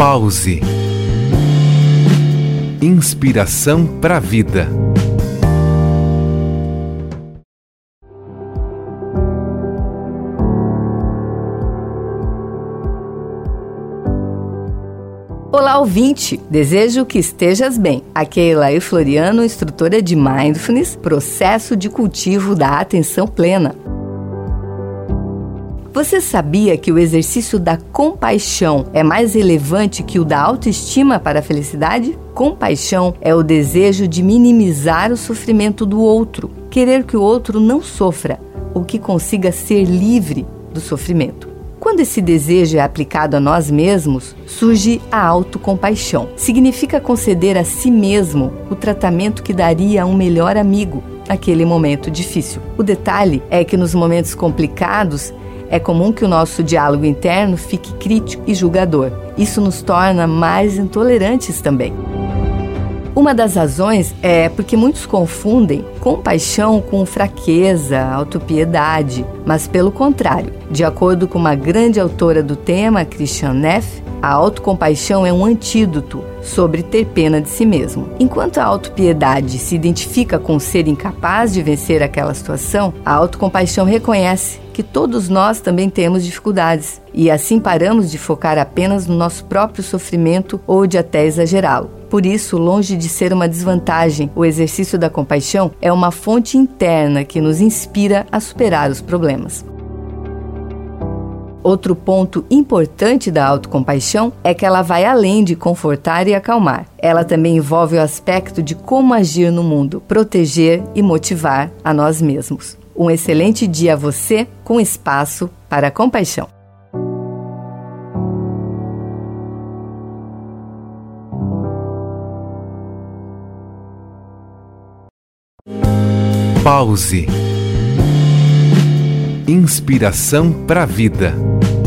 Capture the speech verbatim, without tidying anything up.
Pause. Inspiração para a vida. Olá, ouvinte! Desejo que estejas bem. Aqui é Elaí Floriano, instrutora de Mindfulness, processo de cultivo da atenção plena. Você sabia que o exercício da compaixão é mais relevante que o da autoestima para a felicidade? Compaixão é o desejo de minimizar o sofrimento do outro, querer que o outro não sofra ou que consiga ser livre do sofrimento. Quando esse desejo é aplicado a nós mesmos, surge a autocompaixão. Significa conceder a si mesmo o tratamento que daria a um melhor amigo naquele momento difícil. O detalhe é que nos momentos complicados, é comum que o nosso diálogo interno fique crítico e julgador. Isso nos torna mais intolerantes também. Uma das razões é porque muitos confundem compaixão com fraqueza, autopiedade, mas pelo contrário. De acordo com uma grande autora do tema, Kristin Neff, a autocompaixão é um antídoto sobre ter pena de si mesmo. Enquanto a autopiedade se identifica com o ser incapaz de vencer aquela situação, a autocompaixão reconhece que todos nós também temos dificuldades e assim paramos de focar apenas no nosso próprio sofrimento ou de até exagerá-lo. Por isso, longe de ser uma desvantagem, o exercício da compaixão é uma fonte interna que nos inspira a superar os problemas. Outro ponto importante da autocompaixão é que ela vai além de confortar e acalmar. Ela também envolve o aspecto de como agir no mundo, proteger e motivar a nós mesmos. Um excelente dia a você, com espaço para a compaixão. Pause. Inspiração para a vida.